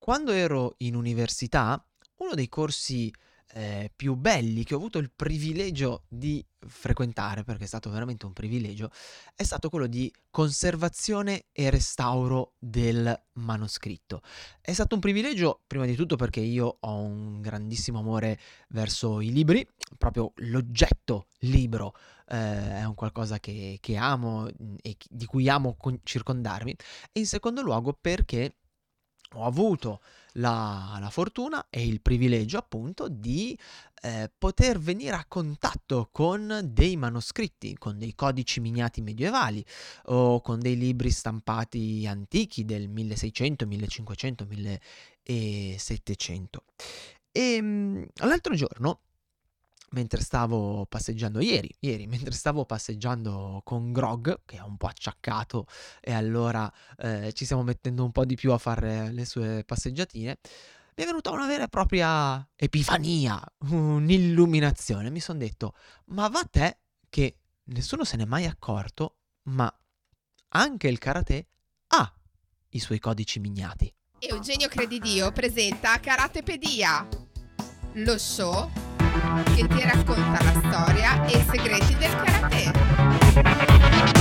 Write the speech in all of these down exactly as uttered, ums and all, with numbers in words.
Quando ero in università, uno dei corsi eh, più belli che ho avuto il privilegio di frequentare, perché è stato veramente un privilegio, è stato quello di conservazione e restauro del manoscritto. È stato un privilegio, prima di tutto, perché io ho un grandissimo amore verso i libri, proprio l'oggetto libro eh, è un qualcosa che, che amo mh, e chi- di cui amo con- circondarmi, e in secondo luogo perché ho avuto la, la fortuna e il privilegio appunto di eh, poter venire a contatto con dei manoscritti, con dei codici miniati medievali o con dei libri stampati antichi del milleseicento, millecinquecento, millesettecento. E mm, l'altro giorno, mentre stavo passeggiando ieri, ieri, mentre stavo passeggiando con Grog, che è un po' acciaccato e allora eh, ci stiamo mettendo un po' di più a fare le sue passeggiatine, mi è venuta una vera e propria epifania, un'illuminazione. Mi sono detto, ma va te che nessuno se n'è mai accorto, ma anche il karate ha i suoi codici miniati. Eugenio Credidio presenta Karatepedia, lo show che ti racconta la storia e i segreti del karate.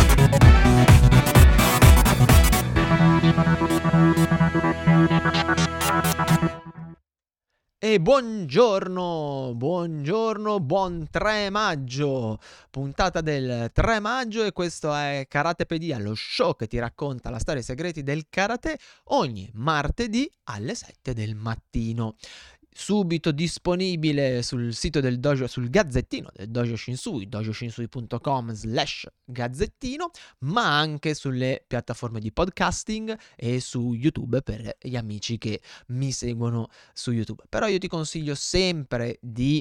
E buongiorno, buongiorno, buon tre maggio, puntata del tre maggio, e questo è Karatepedia, lo show che ti racconta la storia e i segreti del karate ogni martedì alle sette del mattino. Subito disponibile sul sito del dojo, sul gazzettino del Dojo Shinsui, dojoshinsui punto com slash gazzettino, ma anche sulle piattaforme di podcasting e su YouTube per gli amici che mi seguono su YouTube. Però io ti consiglio sempre di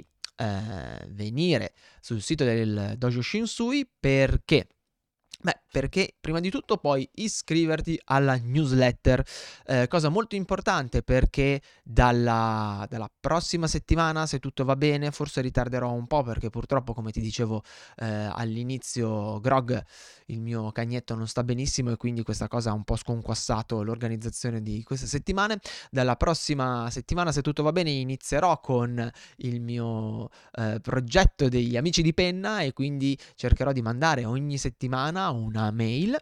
eh, venire sul sito del Dojo Shinsui perché Beh, perché prima di tutto puoi iscriverti alla newsletter, eh, cosa molto importante perché dalla, dalla prossima settimana, se tutto va bene, forse ritarderò un po' perché purtroppo, come ti dicevo eh, all'inizio, Grog, il mio cagnetto, non sta benissimo e quindi questa cosa ha un po' sconquassato l'organizzazione di queste settimane. Dalla prossima settimana, se tutto va bene, inizierò con il mio eh, progetto degli amici di penna e quindi cercherò di mandare ogni settimana una mail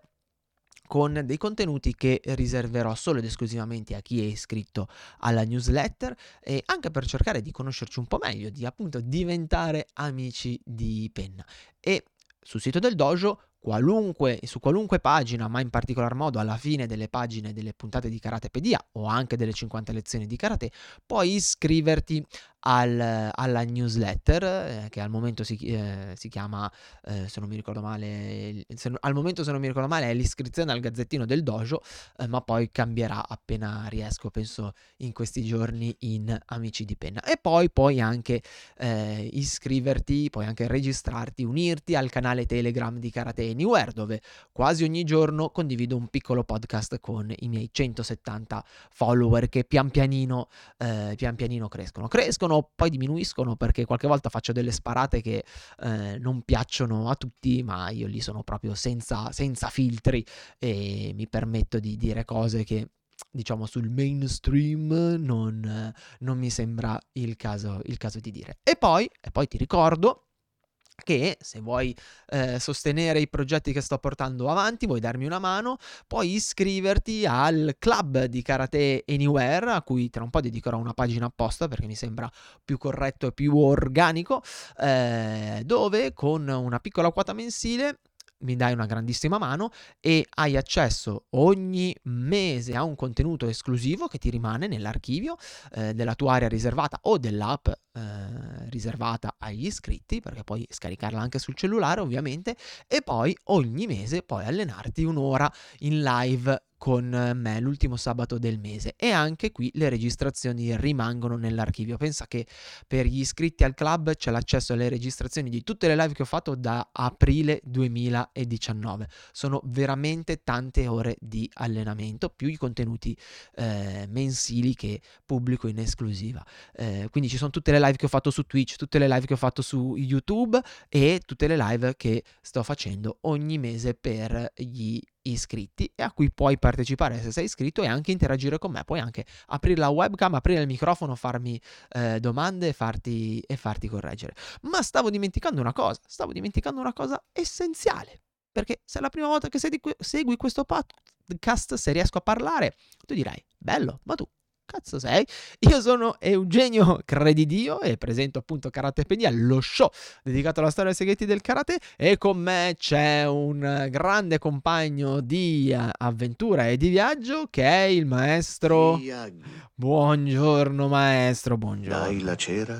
con dei contenuti che riserverò solo ed esclusivamente a chi è iscritto alla newsletter, e anche per cercare di conoscerci un po' meglio, di appunto diventare amici di penna. E sul sito del dojo, qualunque, su qualunque pagina, ma in particolar modo alla fine delle pagine delle puntate di Karatepedia o anche delle cinquanta lezioni di karate, puoi iscriverti al, alla newsletter eh, che al momento si, eh, si chiama, eh, se non mi ricordo male, se, al momento se non mi ricordo male è l'iscrizione al gazzettino del dojo, eh, ma poi cambierà appena riesco, penso in questi giorni, in Amici di Penna. E poi puoi anche eh, iscriverti, puoi anche registrarti, unirti al canale Telegram di Karate Anywhere, dove quasi ogni giorno condivido un piccolo podcast con i miei centosettanta follower che pian pianino, eh, pian pianino crescono. Crescono, poi diminuiscono perché qualche volta faccio delle sparate che eh, non piacciono a tutti, ma io lì sono proprio senza, senza filtri e mi permetto di dire cose che, diciamo, sul mainstream non, non mi sembra il caso, il caso di dire. E poi, e poi ti ricordo che se vuoi eh, sostenere i progetti che sto portando avanti, vuoi darmi una mano, puoi iscriverti al club di Karate Anywhere, a cui tra un po' dedicherò una pagina apposta perché mi sembra più corretto e più organico, eh, dove con una piccola quota mensile mi dai una grandissima mano e hai accesso ogni mese a un contenuto esclusivo che ti rimane nell'archivio eh, della tua area riservata o dell'app eh, riservata agli iscritti, perché puoi scaricarla anche sul cellulare ovviamente, e poi ogni mese puoi allenarti un'ora in live con me l'ultimo sabato del mese, e anche qui le registrazioni rimangono nell'archivio. Pensa che per gli iscritti al club c'è l'accesso alle registrazioni di tutte le live che ho fatto da aprile duemiladiciannove. Sono veramente tante ore di allenamento, più i contenuti eh, mensili che pubblico in esclusiva. Eh, quindi ci sono tutte le live che ho fatto su Twitch, tutte le live che ho fatto su YouTube e tutte le live che sto facendo ogni mese per gli iscritti e a cui puoi partecipare se sei iscritto e anche interagire con me. Puoi anche aprire la webcam, aprire il microfono, farmi eh, domande e farti, e farti correggere. Ma stavo dimenticando una cosa, stavo dimenticando una cosa essenziale. Perché se è la prima volta che segui questo podcast, se riesco a parlare, tu dirai, bello, ma tu cazzo sei? Io sono Eugenio Credidio e presento appunto Karatepedia, lo show dedicato alla storia e ai segreti del karate, e con me c'è un grande compagno di avventura e di viaggio che è il maestro Miyagi. Buongiorno maestro, buongiorno. Dai la cera,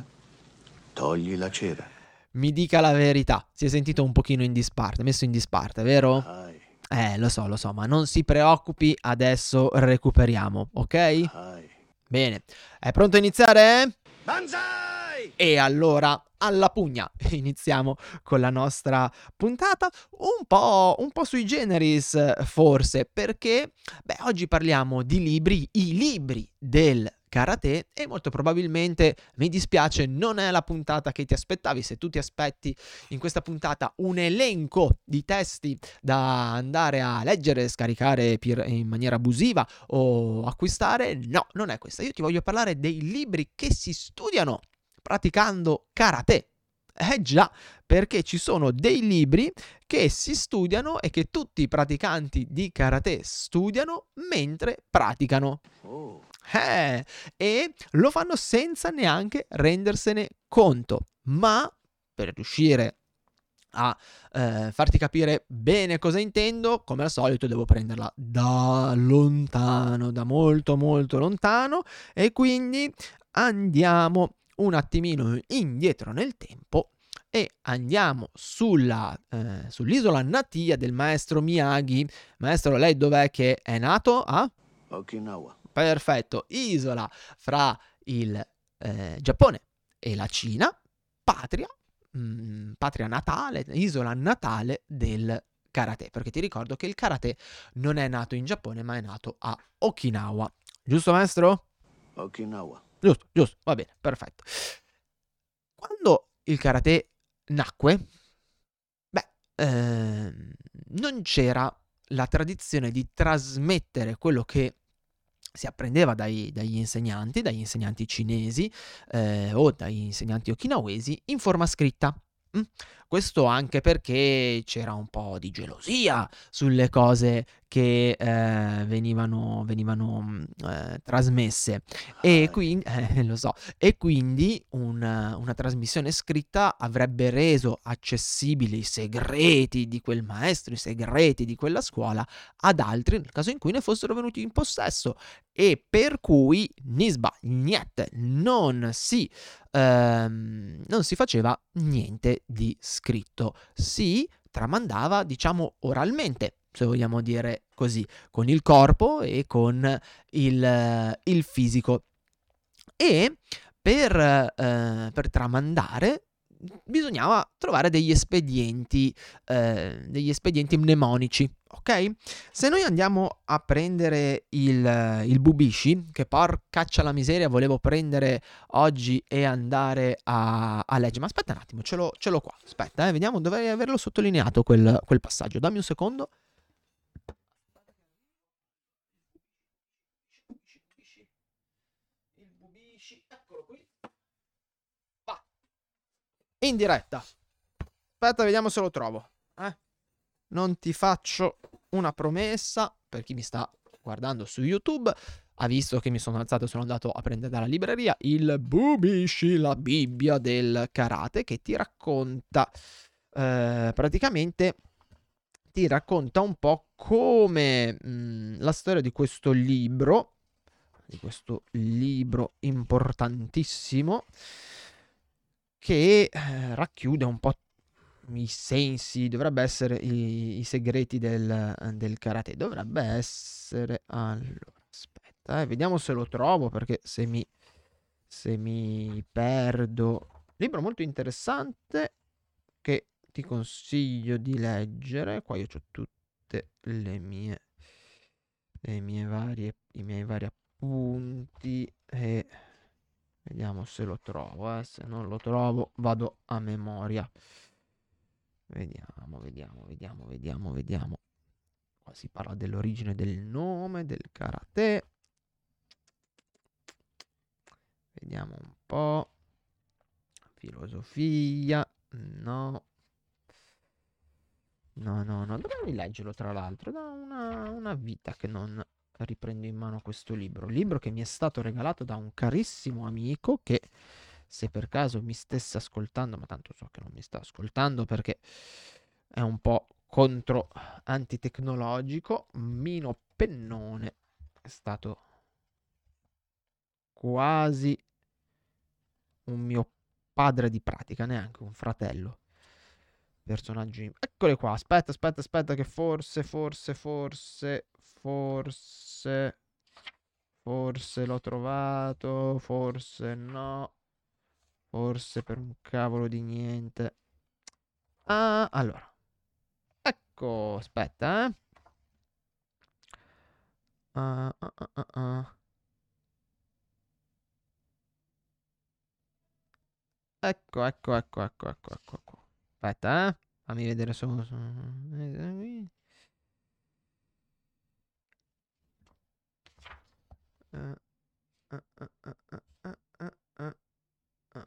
togli la cera. Mi dica la verità, si è sentito un pochino in disparte, messo in disparte, vero? Hai, Eh, lo so, lo so, ma non si preoccupi, adesso recuperiamo, ok? hai. Bene, è pronto a iniziare? Banzai! E allora, alla pugna, iniziamo con la nostra puntata, un po', un po' sui generis forse, perché, beh, oggi parliamo di libri, i libri del karate, e molto probabilmente, mi dispiace, non è la puntata che ti aspettavi. Se tu ti aspetti in questa puntata un elenco di testi da andare a leggere, scaricare in maniera abusiva o acquistare, no, non è questa. Io ti voglio parlare dei libri che si studiano praticando karate. Eh già, perché ci sono dei libri che si studiano e che tutti i praticanti di karate studiano mentre praticano. Oh, Eh, e lo fanno senza neanche rendersene conto. Ma per riuscire a eh, farti capire bene cosa intendo, come al solito devo prenderla da lontano, da molto molto lontano, e quindi andiamo un attimino indietro nel tempo e andiamo sulla, eh, sull'isola natia del maestro Miyagi. Maestro, lei dov'è che è nato? Ah? Okinawa. Perfetto, isola fra il eh, Giappone e la Cina, patria, mh, patria natale, isola natale del karate, perché ti ricordo che il karate non è nato in Giappone ma è nato a Okinawa. Giusto maestro? Okinawa. Giusto, giusto, va bene, perfetto. Quando il karate nacque, beh, ehm, non c'era la tradizione di trasmettere quello che si apprendeva dai, dagli insegnanti, dagli insegnanti cinesi eh, o dagli insegnanti okinawesi in forma scritta. Mm? Questo anche perché c'era un po' di gelosia sulle cose che eh, venivano, venivano mh, eh, trasmesse e Hai. quindi, eh, lo so, e quindi una, una trasmissione scritta avrebbe reso accessibili i segreti di quel maestro, i segreti di quella scuola ad altri nel caso in cui ne fossero venuti in possesso, e per cui nisba, niente, non si, ehm, non si faceva niente di scritto, si tramandava, diciamo, oralmente, se vogliamo dire così, con il corpo e con il, il fisico. E per, eh, per tramandare bisognava trovare degli espedienti, eh, degli espedienti mnemonici, ok? Se noi andiamo a prendere il, il Bubishi, che porcaccia la miseria volevo prendere oggi e andare a, a leggere, ma aspetta un attimo, ce l'ho, ce l'ho qua, aspetta, eh, vediamo, dovrei averlo sottolineato quel, quel passaggio, dammi un secondo. Il Bubishi, eccolo qui. Va. In diretta. Aspetta, vediamo se lo trovo. Eh? Non ti faccio una promessa. Per chi mi sta guardando su YouTube, ha visto che mi sono alzato e sono andato a prendere dalla libreria il Bubishi, la Bibbia del karate, che ti racconta eh, praticamente ti racconta un po' come mh, la storia di questo libro, di questo libro importantissimo, che eh, racchiude un po' i sensi, dovrebbe essere i, i segreti del, del karate, dovrebbe essere, allora, aspetta, eh, vediamo se lo trovo, perché se mi, se mi perdo, libro molto interessante che ti consiglio di leggere. Qua io ho tutte le mie, le mie varie, i miei vari appunti e vediamo se lo trovo, eh. Se non lo trovo vado a memoria. Vediamo, vediamo, vediamo, vediamo, vediamo. qua si parla dell'origine del nome del karate. Vediamo un po'. Filosofia, no. No, no, no, dovrei rileggerlo tra l'altro, da una, una vita che non riprendo in mano questo libro. Libro che mi è stato regalato da un carissimo amico che, se per caso mi stesse ascoltando, ma tanto so che non mi sta ascoltando perché è un po' contro antitecnologico, Mino Pennone, è stato quasi un mio padre di pratica, neanche un fratello. Personaggi, eccole qua, aspetta, aspetta, aspetta che forse, forse, forse, forse, forse l'ho trovato, forse no, forse per un cavolo di niente. Ah, allora, ecco, aspetta, eh. Ah, ah, ah, ah, ah. Ecco, ecco, ecco, ecco, ecco, ecco, ecco. Aspetta, eh. Fammi vedere solo. su- Eh, eh, eh, eh, eh, eh, eh, eh.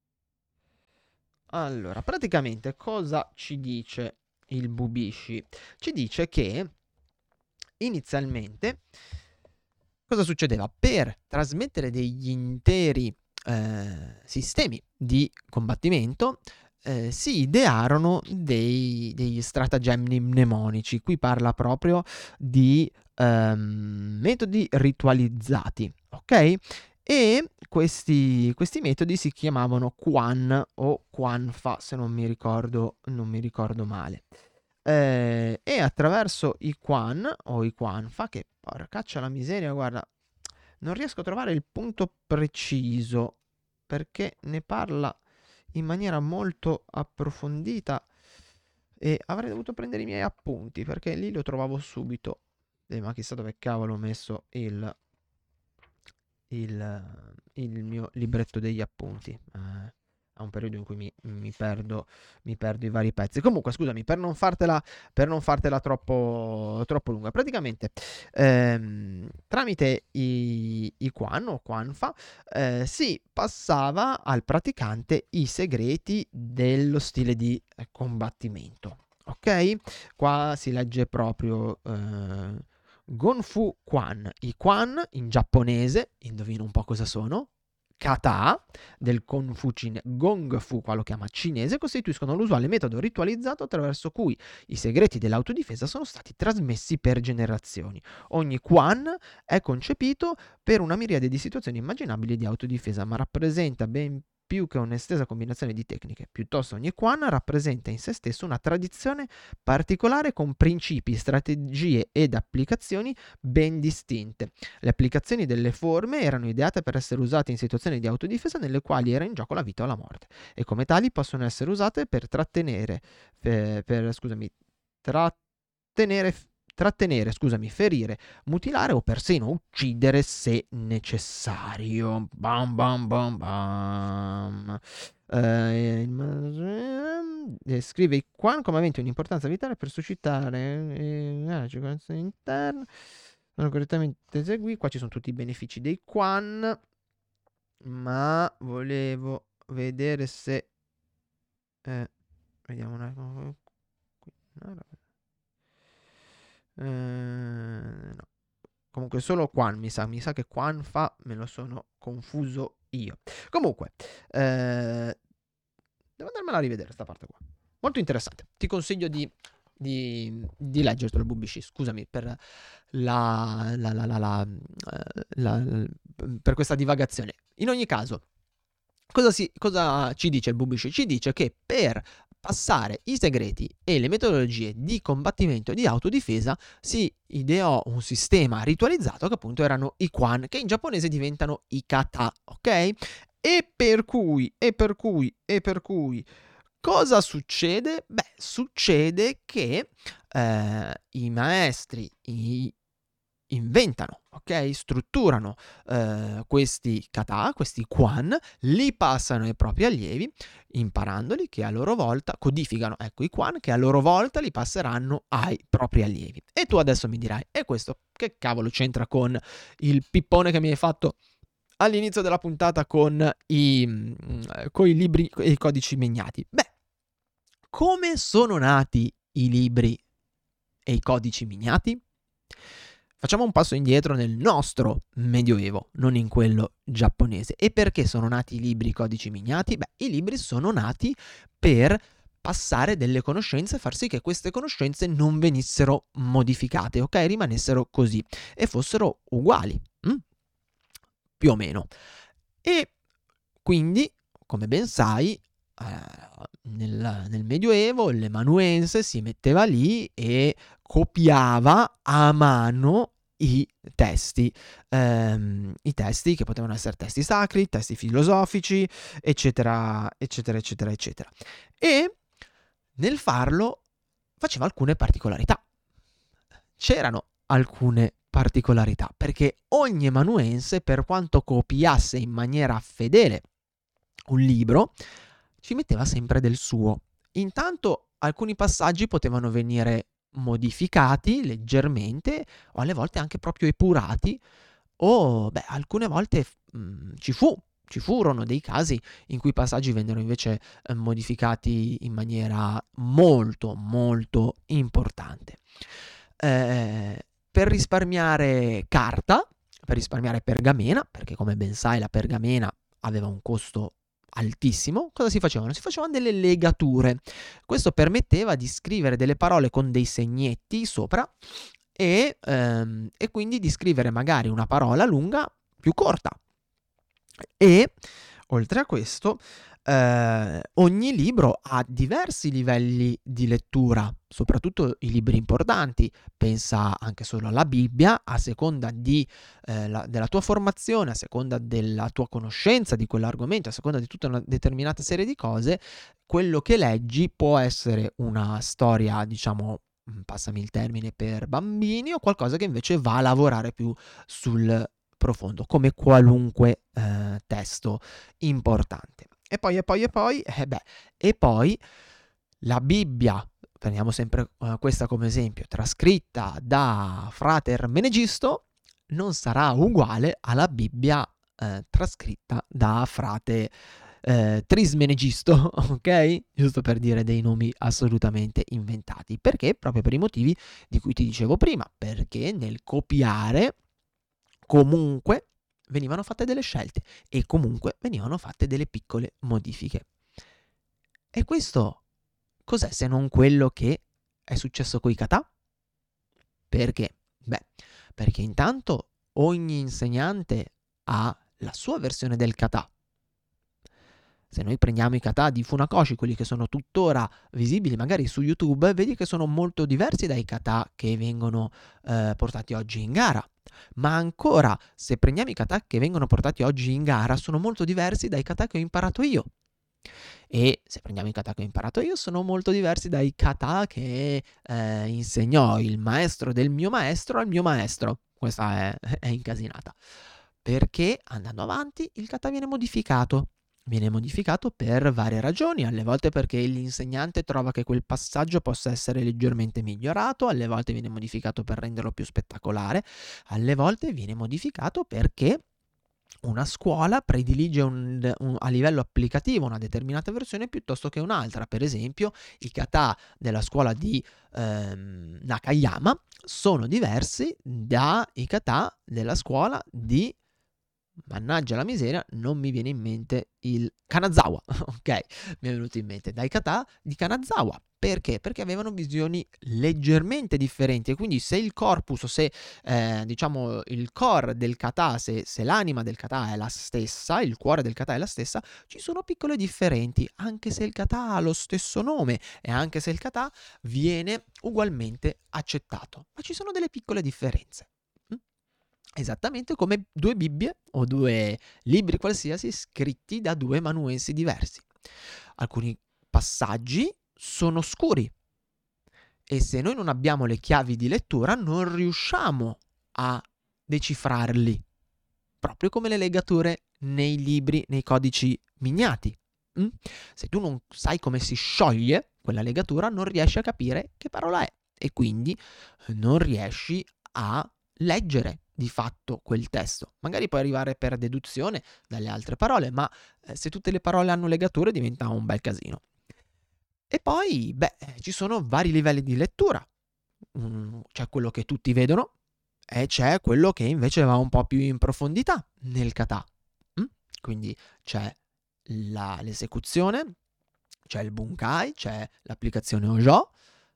Allora, praticamente cosa ci dice il Bubishi? Ci dice che inizialmente cosa succedeva? Per trasmettere degli interi eh, sistemi di combattimento eh, si idearono dei, degli stratagemmi mnemonici. Qui parla proprio di ehm, metodi ritualizzati, ok? E questi, questi metodi si chiamavano Quan o Quanfa, se non mi ricordo, non mi ricordo male. Eh, e attraverso i Quan o i Quanfa, che porcaccia la miseria, guarda, non riesco a trovare il punto preciso perché ne parla in maniera molto approfondita e avrei dovuto prendere i miei appunti perché lì lo trovavo subito. Eh, ma chissà dove cavolo ho messo il, il, il mio libretto degli appunti. Eh, a un periodo in cui mi, mi perdo, mi perdo i vari pezzi. Comunque, scusami, per non fartela, per non fartela troppo, troppo lunga, praticamente ehm, tramite i, i Quan o Quanfa eh, si passava al praticante i segreti dello stile di eh, combattimento. Ok? Qua si legge proprio eh, Gonfu Quan. I Quan in giapponese, indovina un po' cosa sono? Kata del Confucine Gong Fu, qua lo chiama cinese, costituiscono l'usuale metodo ritualizzato attraverso cui i segreti dell'autodifesa sono stati trasmessi per generazioni. Ogni Quan è concepito per una miriade di situazioni immaginabili di autodifesa, ma rappresenta ben più che un'estesa combinazione di tecniche. Piuttosto ogni Quan rappresenta in se stesso una tradizione particolare con principi, strategie ed applicazioni ben distinte. Le applicazioni delle forme erano ideate per essere usate in situazioni di autodifesa nelle quali era in gioco la vita o la morte e come tali possono essere usate per trattenere, per, per scusami, trattenere, trattenere, scusami, ferire, mutilare o persino uccidere se necessario. Bam bam bam bam. Eh, descrive i Quan come aventi un'importanza vitale per suscitare eh, la circolazione interna. Sono correttamente eseguiti. Qua ci sono tutti i benefici dei Quan, ma volevo vedere se eh, vediamo un attimo. Eh, no. Comunque solo Quan mi sa, mi sa che Quan fa me lo sono confuso io. Comunque, eh, devo andarmela a rivedere sta parte qua. Molto interessante. Ti consiglio di, di, di leggertelo, Bubishi. Scusami per la, la, la, la, la, la, per questa divagazione. In ogni caso, cosa, si, cosa ci dice il Bubishi? Ci dice che per passare i segreti e le metodologie di combattimento e di autodifesa si ideò un sistema ritualizzato che appunto erano i Quan, che in giapponese diventano i kata, ok? E per cui, e per cui, e per cui, cosa succede? Beh, succede che eh, i maestri, i inventano, ok? Strutturano eh, questi kata, questi quan, li passano ai propri allievi, imparandoli, che a loro volta codificano, ecco, i quan, che a loro volta li passeranno ai propri allievi. E tu adesso mi dirai, e questo che cavolo c'entra con il pippone che mi hai fatto all'inizio della puntata con i, con i libri e i codici Mignati? Beh, come sono nati i libri e i codici Mignati? Facciamo un passo indietro nel nostro Medioevo, non in quello giapponese. E perché sono nati i libri e i codici Mignati? Beh, i libri sono nati per passare delle conoscenze e far sì che queste conoscenze non venissero modificate, ok? Rimanessero così e fossero uguali, hm? più o meno. E quindi, come ben sai, eh, nel, nel Medioevo l'emanuense si metteva lì e copiava a mano i testi, ehm, i testi che potevano essere testi sacri, testi filosofici, eccetera, eccetera, eccetera, eccetera. E nel farlo faceva alcune particolarità. C'erano alcune particolarità, perché ogni emanuense, per quanto copiasse in maniera fedele un libro, ci metteva sempre del suo. Intanto alcuni passaggi potevano venire modificati leggermente o alle volte anche proprio epurati, o beh, alcune volte mh, ci fu ci furono dei casi in cui i passaggi vennero invece eh, modificati in maniera molto molto importante. Eh, per risparmiare carta, per risparmiare pergamena, perché come ben sai la pergamena aveva un costo altissimo, cosa si facevano? Si facevano delle legature. Questo permetteva di scrivere delle parole con dei segnetti sopra e, ehm, e quindi di scrivere magari una parola lunga più corta. E oltre a questo, eh, ogni libro ha diversi livelli di lettura, soprattutto i libri importanti. Pensa anche solo alla Bibbia, a seconda di, eh, la, della tua formazione, a seconda della tua conoscenza di quell'argomento, a seconda di tutta una determinata serie di cose, quello che leggi può essere una storia, diciamo, passami il termine, per bambini, o qualcosa che invece va a lavorare più sul profondo, come qualunque eh, testo importante. E poi, e poi, e poi, eh beh, e poi la Bibbia, prendiamo sempre eh, questa come esempio, trascritta da frate Ermenegisto, non sarà uguale alla Bibbia eh, trascritta da frate eh, Trismenegisto, ok? Giusto per dire dei nomi assolutamente inventati. Perché? Proprio per i motivi di cui ti dicevo prima, perché nel copiare comunque venivano fatte delle scelte e comunque venivano fatte delle piccole modifiche. E questo cos'è se non quello che è successo coi kata? Perché? Beh, perché intanto ogni insegnante ha la sua versione del kata. Se noi prendiamo i kata di Funakoshi, quelli che sono tuttora visibili magari su YouTube, vedi che sono molto diversi dai kata che vengono eh, portati oggi in gara. Ma ancora, se prendiamo i kata che vengono portati oggi in gara, sono molto diversi dai kata che ho imparato io. E se prendiamo i kata che ho imparato io, sono molto diversi dai kata che eh, insegnò il maestro del mio maestro al mio maestro. Questa è, è incasinata. Perché andando avanti il kata viene modificato. Viene modificato per varie ragioni, alle volte perché l'insegnante trova che quel passaggio possa essere leggermente migliorato, alle volte viene modificato per renderlo più spettacolare, alle volte viene modificato perché una scuola predilige un, un, a livello applicativo una determinata versione piuttosto che un'altra. Per esempio, i kata della scuola di ehm, Nakayama sono diversi dai kata della scuola di... mannaggia la miseria, non mi viene in mente il Kanazawa, ok? Mi è venuto in mente dai kata di Kanazawa. Perché? Perché avevano visioni leggermente differenti e quindi se il corpus, o se eh, diciamo il core del kata, se, se l'anima del kata è la stessa, il cuore del kata è la stessa, ci sono piccole differenti, anche se il kata ha lo stesso nome e anche se il kata viene ugualmente accettato, ma ci sono delle piccole differenze. Esattamente come due Bibbie o due libri qualsiasi scritti da due amanuensi diversi. Alcuni passaggi sono scuri e se noi non abbiamo le chiavi di lettura non riusciamo a decifrarli, proprio come le legature nei libri, nei codici miniati. Mm? Se tu non sai come si scioglie quella legatura, non riesci a capire che parola è e quindi non riesci a leggere di fatto quel testo. Magari puoi arrivare per deduzione dalle altre parole, ma eh, se tutte le parole hanno legature diventa un bel casino. E poi, beh, ci sono vari livelli di lettura. Mm, c'è quello che tutti vedono e c'è quello che invece va un po' più in profondità nel kata. Mm? Quindi c'è la, l'esecuzione, c'è il bunkai, c'è l'applicazione Hojo,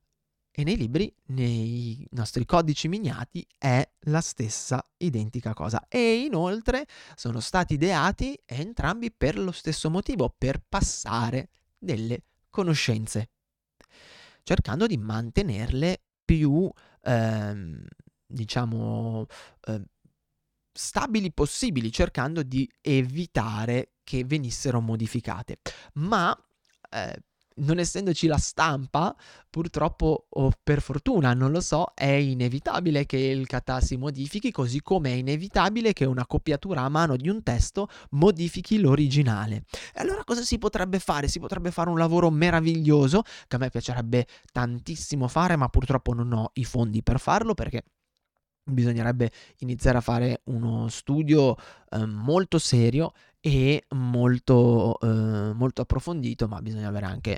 e nei libri, nei nostri codici miniati, è la stessa identica cosa. E inoltre sono stati ideati entrambi per lo stesso motivo, per passare delle conoscenze, cercando di mantenerle più, ehm, diciamo, eh, stabili possibili, cercando di evitare che venissero modificate. Ma eh, non essendoci la stampa, purtroppo o per fortuna, non lo so, è inevitabile che il kata si modifichi, così come è inevitabile che una copiatura a mano di un testo modifichi l'originale. E allora cosa si potrebbe fare? Si potrebbe fare un lavoro meraviglioso, che a me piacerebbe tantissimo fare, ma purtroppo non ho i fondi per farlo, perché bisognerebbe iniziare a fare uno studio eh, molto serio e molto, eh, molto approfondito, ma bisogna avere anche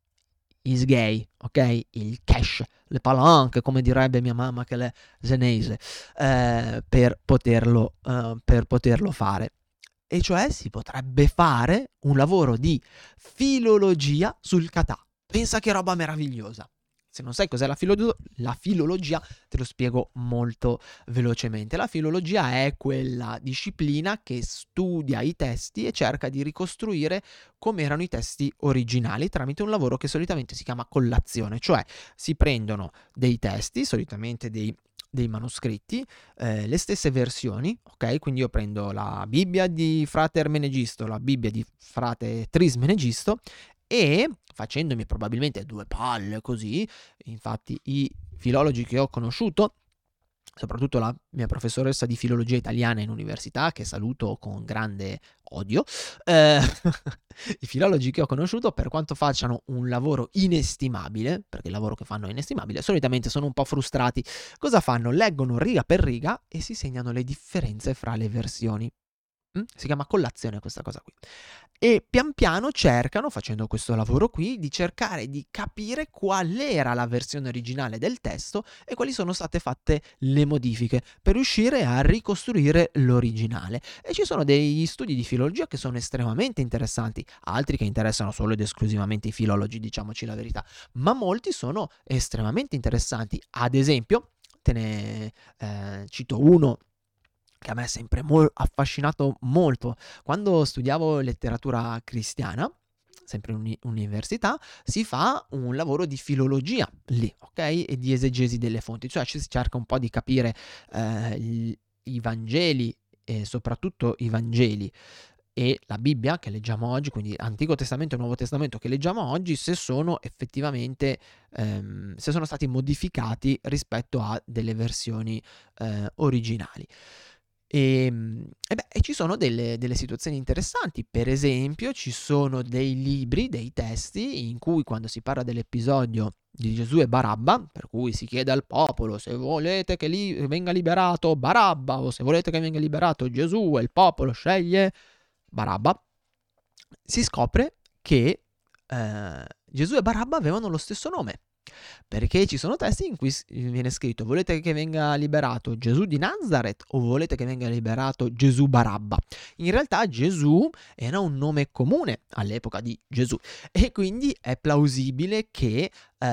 i sgay, ok? Il cash, le palanche, come direbbe mia mamma che è senese, eh, per, poterlo, eh, per poterlo fare. E cioè si potrebbe fare un lavoro di filologia sul kata. Pensa che roba meravigliosa. Se non sai cos'è la, filo- la filologia, te lo spiego molto velocemente. La filologia è quella disciplina che studia i testi e cerca di ricostruire come erano i testi originali tramite un lavoro che solitamente si chiama collazione, cioè si prendono dei testi, solitamente dei, dei manoscritti, eh, le stesse versioni, ok? Quindi io prendo la Bibbia di frate Ermenegisto, la Bibbia di frate Trismenegisto, e facendomi probabilmente due palle così, infatti i filologi che ho conosciuto, soprattutto la mia professoressa di filologia italiana in università, che saluto con grande odio, eh, i filologi che ho conosciuto, per quanto facciano un lavoro inestimabile, perché il lavoro che fanno è inestimabile, solitamente sono un po' frustrati. Cosa fanno? Leggono riga per riga e si segnano le differenze fra le versioni. Mm? Si chiama collazione questa cosa qui. E pian piano cercano, facendo questo lavoro qui, di cercare di capire qual era la versione originale del testo e quali sono state fatte le modifiche per riuscire a ricostruire l'originale. E ci sono degli studi di filologia che sono estremamente interessanti, altri che interessano solo ed esclusivamente i filologi, diciamoci la verità, ma molti sono estremamente interessanti. Ad esempio, te ne eh, cito uno che a me è sempre mo- affascinato molto. Quando studiavo letteratura cristiana, sempre in uni- università, si fa un lavoro di filologia lì, ok? E di esegesi delle fonti, cioè ci si cerca un po' di capire eh, gli- i Vangeli, e soprattutto i Vangeli e la Bibbia che leggiamo oggi, quindi Antico Testamento e Nuovo Testamento che leggiamo oggi, se sono effettivamente ehm, se sono stati modificati rispetto a delle versioni eh, originali. E, e beh, e ci sono delle, delle situazioni interessanti. Per esempio, ci sono dei libri, dei testi in cui, quando si parla dell'episodio di Gesù e Barabba, per cui si chiede al popolo se volete che li venga liberato Barabba o se volete che venga liberato Gesù, e il popolo sceglie Barabba, si scopre che eh, Gesù e Barabba avevano lo stesso nome. Perché ci sono testi in cui viene scritto: volete che venga liberato Gesù di Nazareth o volete che venga liberato Gesù Barabba? In realtà Gesù era un nome comune all'epoca di Gesù e quindi è plausibile che,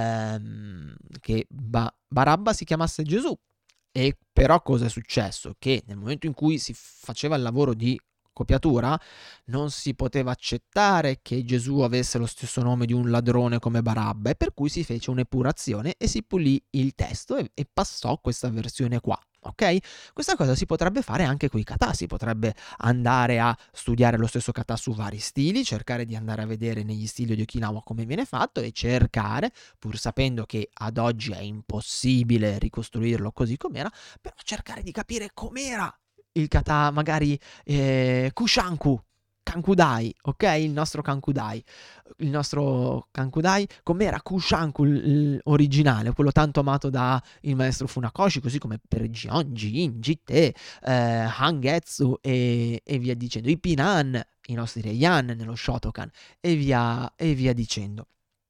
ehm, che ba- Barabba si chiamasse Gesù. E però cosa è successo? Che nel momento in cui si faceva il lavoro di copiatura, non si poteva accettare che Gesù avesse lo stesso nome di un ladrone come Barabba, e per cui si fece un'epurazione e si pulì il testo e, e passò questa versione qua. Ok? Questa cosa si potrebbe fare anche con i kata, si potrebbe andare a studiare lo stesso kata su vari stili, cercare di andare a vedere negli stili di Okinawa come viene fatto e cercare, pur sapendo che ad oggi è impossibile ricostruirlo così com'era, però cercare di capire com'era il kata, magari eh, Kushanku, Kankudai, ok? Il nostro Kankudai, il nostro Kankudai, com'era Kushanku il- il originale, quello tanto amato da il maestro Funakoshi, così come per Jion, Jin, Jite, eh, Hangetsu e, e via dicendo, i Pinan, i nostri Reian nello Shotokan e via, e via dicendo.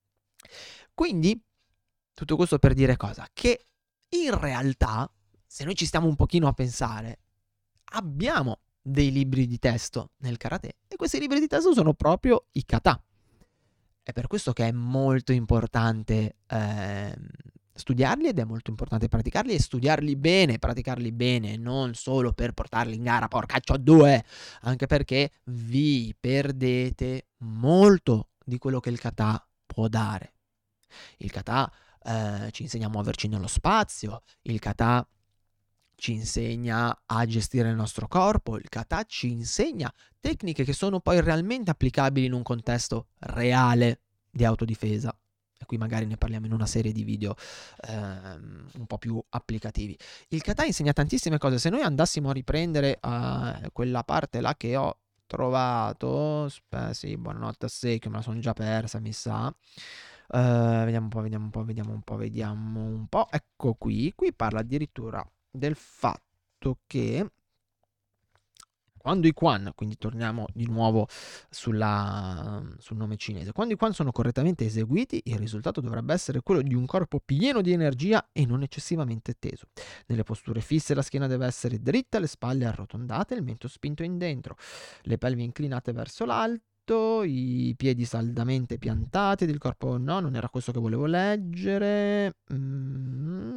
Quindi, tutto questo per dire cosa? Che in realtà, se noi ci stiamo un pochino a pensare, abbiamo dei libri di testo nel karate e questi libri di testo sono proprio i kata. È per questo che è molto importante ehm, studiarli ed è molto importante praticarli e studiarli bene, praticarli bene, non solo per portarli in gara, porcaccio a due, anche perché vi perdete molto di quello che il kata può dare. Il kata eh, ci insegna a muoverci nello spazio, il kata ci insegna a gestire il nostro corpo, il kata ci insegna tecniche che sono poi realmente applicabili in un contesto reale di autodifesa. E qui magari ne parliamo in una serie di video ehm, un po' più applicativi. Il kata insegna tantissime cose. Se noi andassimo a riprendere uh, quella parte là che ho trovato, Spe- sì, buonanotte a secchio, me la sono già persa, mi sa. Uh, vediamo un po', vediamo un po', vediamo un po', vediamo un po'. Ecco qui, qui parla addirittura del fatto che quando i Quan, quindi torniamo di nuovo sulla, sul nome cinese, quando i Quan sono correttamente eseguiti, il risultato dovrebbe essere quello di un corpo pieno di energia e non eccessivamente teso. Nelle posture fisse la schiena deve essere dritta, le spalle arrotondate, il mento spinto in dentro, le pelvi inclinate verso l'alto, i piedi saldamente piantati, ed il corpo no, non era questo che volevo leggere. Mm.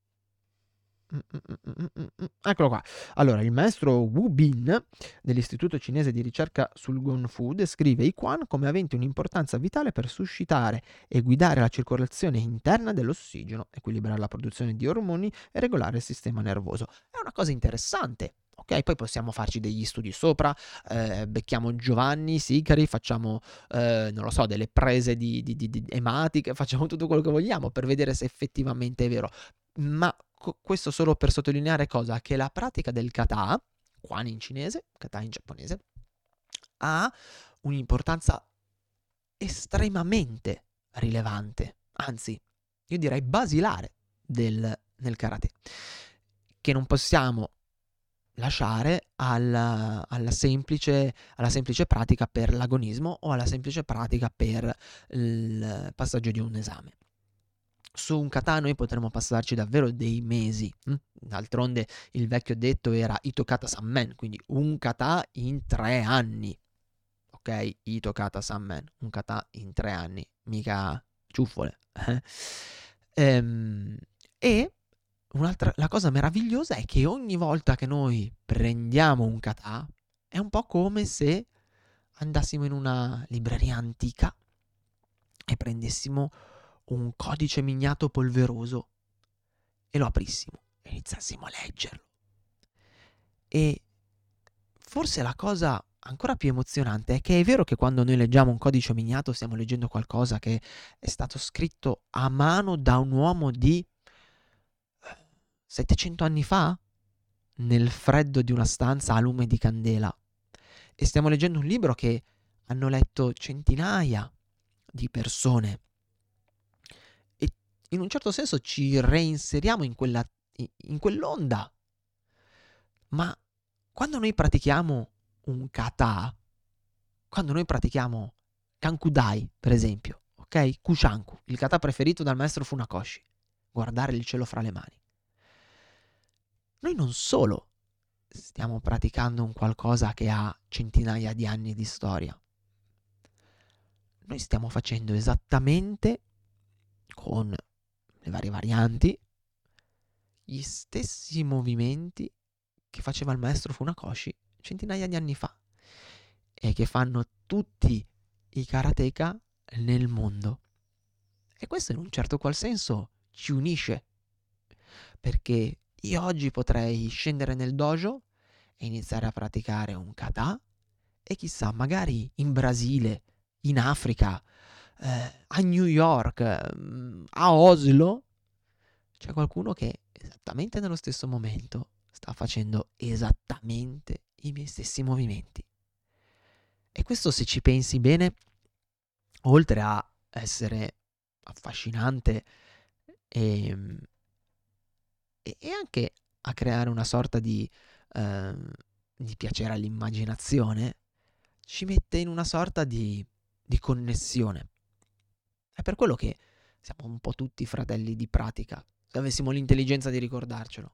Mm, mm, mm, mm, mm, mm. Eccolo qua. Allora, il maestro Wu Bin dell'Istituto Cinese di Ricerca sul Gun Fu descrive i Quan come aventi un'importanza vitale per suscitare e guidare la circolazione interna dell'ossigeno, equilibrare la produzione di ormoni e regolare il sistema nervoso. È una cosa interessante. Ok, poi possiamo farci degli studi sopra, eh, becchiamo Giovanni Sicari, facciamo, eh, non lo so, delle prese di, di, di, di ematiche, facciamo tutto quello che vogliamo per vedere se effettivamente è vero. Ma co- questo solo per sottolineare cosa? Che la pratica del kata, Quan in cinese, kata in giapponese, ha un'importanza estremamente rilevante, anzi, io direi basilare del, nel karate, che non possiamo lasciare alla, alla, semplice, alla semplice pratica per l'agonismo o alla semplice pratica per il passaggio di un esame. Su un kata noi potremmo passarci davvero dei mesi. Hm? D'altronde il vecchio detto era Ito kata sanmen, quindi un kata in tre anni. Ok? Ito kata sanmen, un kata in tre anni, mica ciuffole. Eh? Ehm, e un'altra, la cosa meravigliosa è che ogni volta che noi prendiamo un kata è un po' come se andassimo in una libreria antica e prendessimo un codice miniato polveroso e lo aprissimo e iniziassimo a leggerlo. E forse la cosa ancora più emozionante è che è vero che quando noi leggiamo un codice miniato stiamo leggendo qualcosa che è stato scritto a mano da un uomo di settecento anni fa, nel freddo di una stanza a lume di candela, e stiamo leggendo un libro che hanno letto centinaia di persone. In un certo senso ci reinseriamo in quella in quell'onda. Ma quando noi pratichiamo un kata, quando noi pratichiamo Kankudai, per esempio, ok? Kushanku, il kata preferito dal maestro Funakoshi, guardare il cielo fra le mani. Noi non solo stiamo praticando un qualcosa che ha centinaia di anni di storia. Noi stiamo facendo esattamente con le varie varianti, gli stessi movimenti che faceva il maestro Funakoshi centinaia di anni fa. e che fanno tutti i karateka nel mondo. E questo in un certo qual senso ci unisce, perché io oggi potrei scendere nel dojo e iniziare a praticare un kata e chissà, magari in Brasile, in Africa, eh, a New York, mm, a Oslo, c'è qualcuno che esattamente nello stesso momento sta facendo esattamente i miei stessi movimenti. E questo, se ci pensi bene, oltre a essere affascinante e, e, e anche a creare una sorta di, ehm, di piacere all'immaginazione, ci mette in una sorta di, di connessione. È per quello che siamo un po' tutti fratelli di pratica, se avessimo l'intelligenza di ricordarcelo.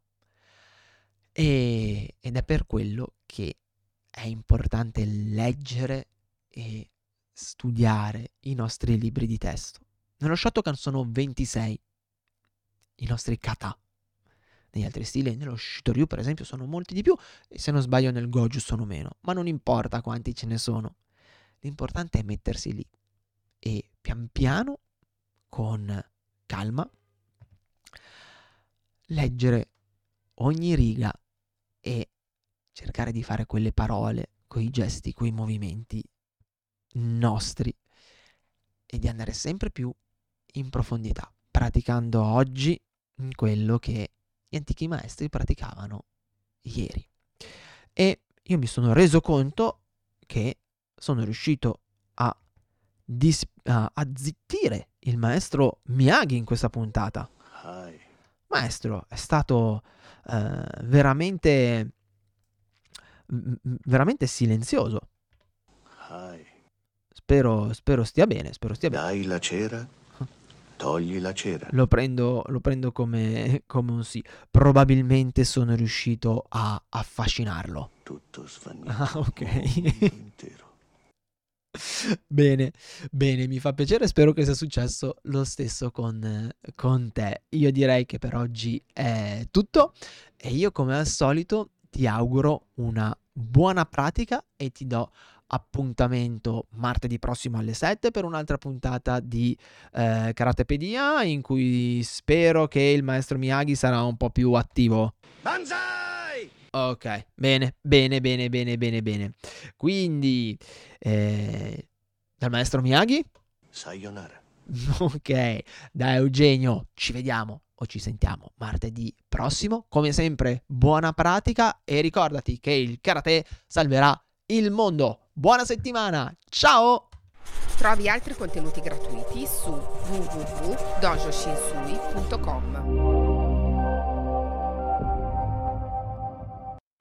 E, ed è per quello che è importante leggere e studiare i nostri libri di testo. Nello Shotokan sono ventisei i nostri kata. Negli altri stili, nello Shitoryu per esempio, sono molti di più, e se non sbaglio nel Goju sono meno, ma non importa quanti ce ne sono. L'importante è mettersi lì e pian piano, con calma, leggere ogni riga e cercare di fare quelle parole, quei gesti, quei movimenti nostri, e di andare sempre più in profondità, praticando oggi quello che gli antichi maestri praticavano ieri. E io mi sono reso conto che sono riuscito a, dis- a, a zittire il maestro Miyagi in questa puntata. Hai. Maestro, è stato eh, veramente m- veramente silenzioso. Hai. Spero, spero stia bene, spero stia bene. Dai la cera, togli la cera. Lo prendo, lo prendo come, come un sì. Probabilmente sono riuscito a affascinarlo. Tutto svanito. Ah, ok. Mondo intero. Bene, bene, mi fa piacere, spero che sia successo lo stesso con, con te. Io direi che per oggi è tutto e io, come al solito, ti auguro una buona pratica e ti do appuntamento martedì prossimo alle sette per un'altra puntata di eh, Karatepedia, in cui spero che il maestro Miyagi sarà un po' più attivo. Banzai! Ok, bene, bene, bene, bene, bene, bene. Quindi, eh, dal maestro Miyagi? Sayonara. Ok, da Eugenio ci vediamo o ci sentiamo martedì prossimo. Come sempre, buona pratica e ricordati che il karate salverà il mondo. Buona settimana, ciao! Trovi altri contenuti gratuiti su w w w punto dojo shinsui punto com.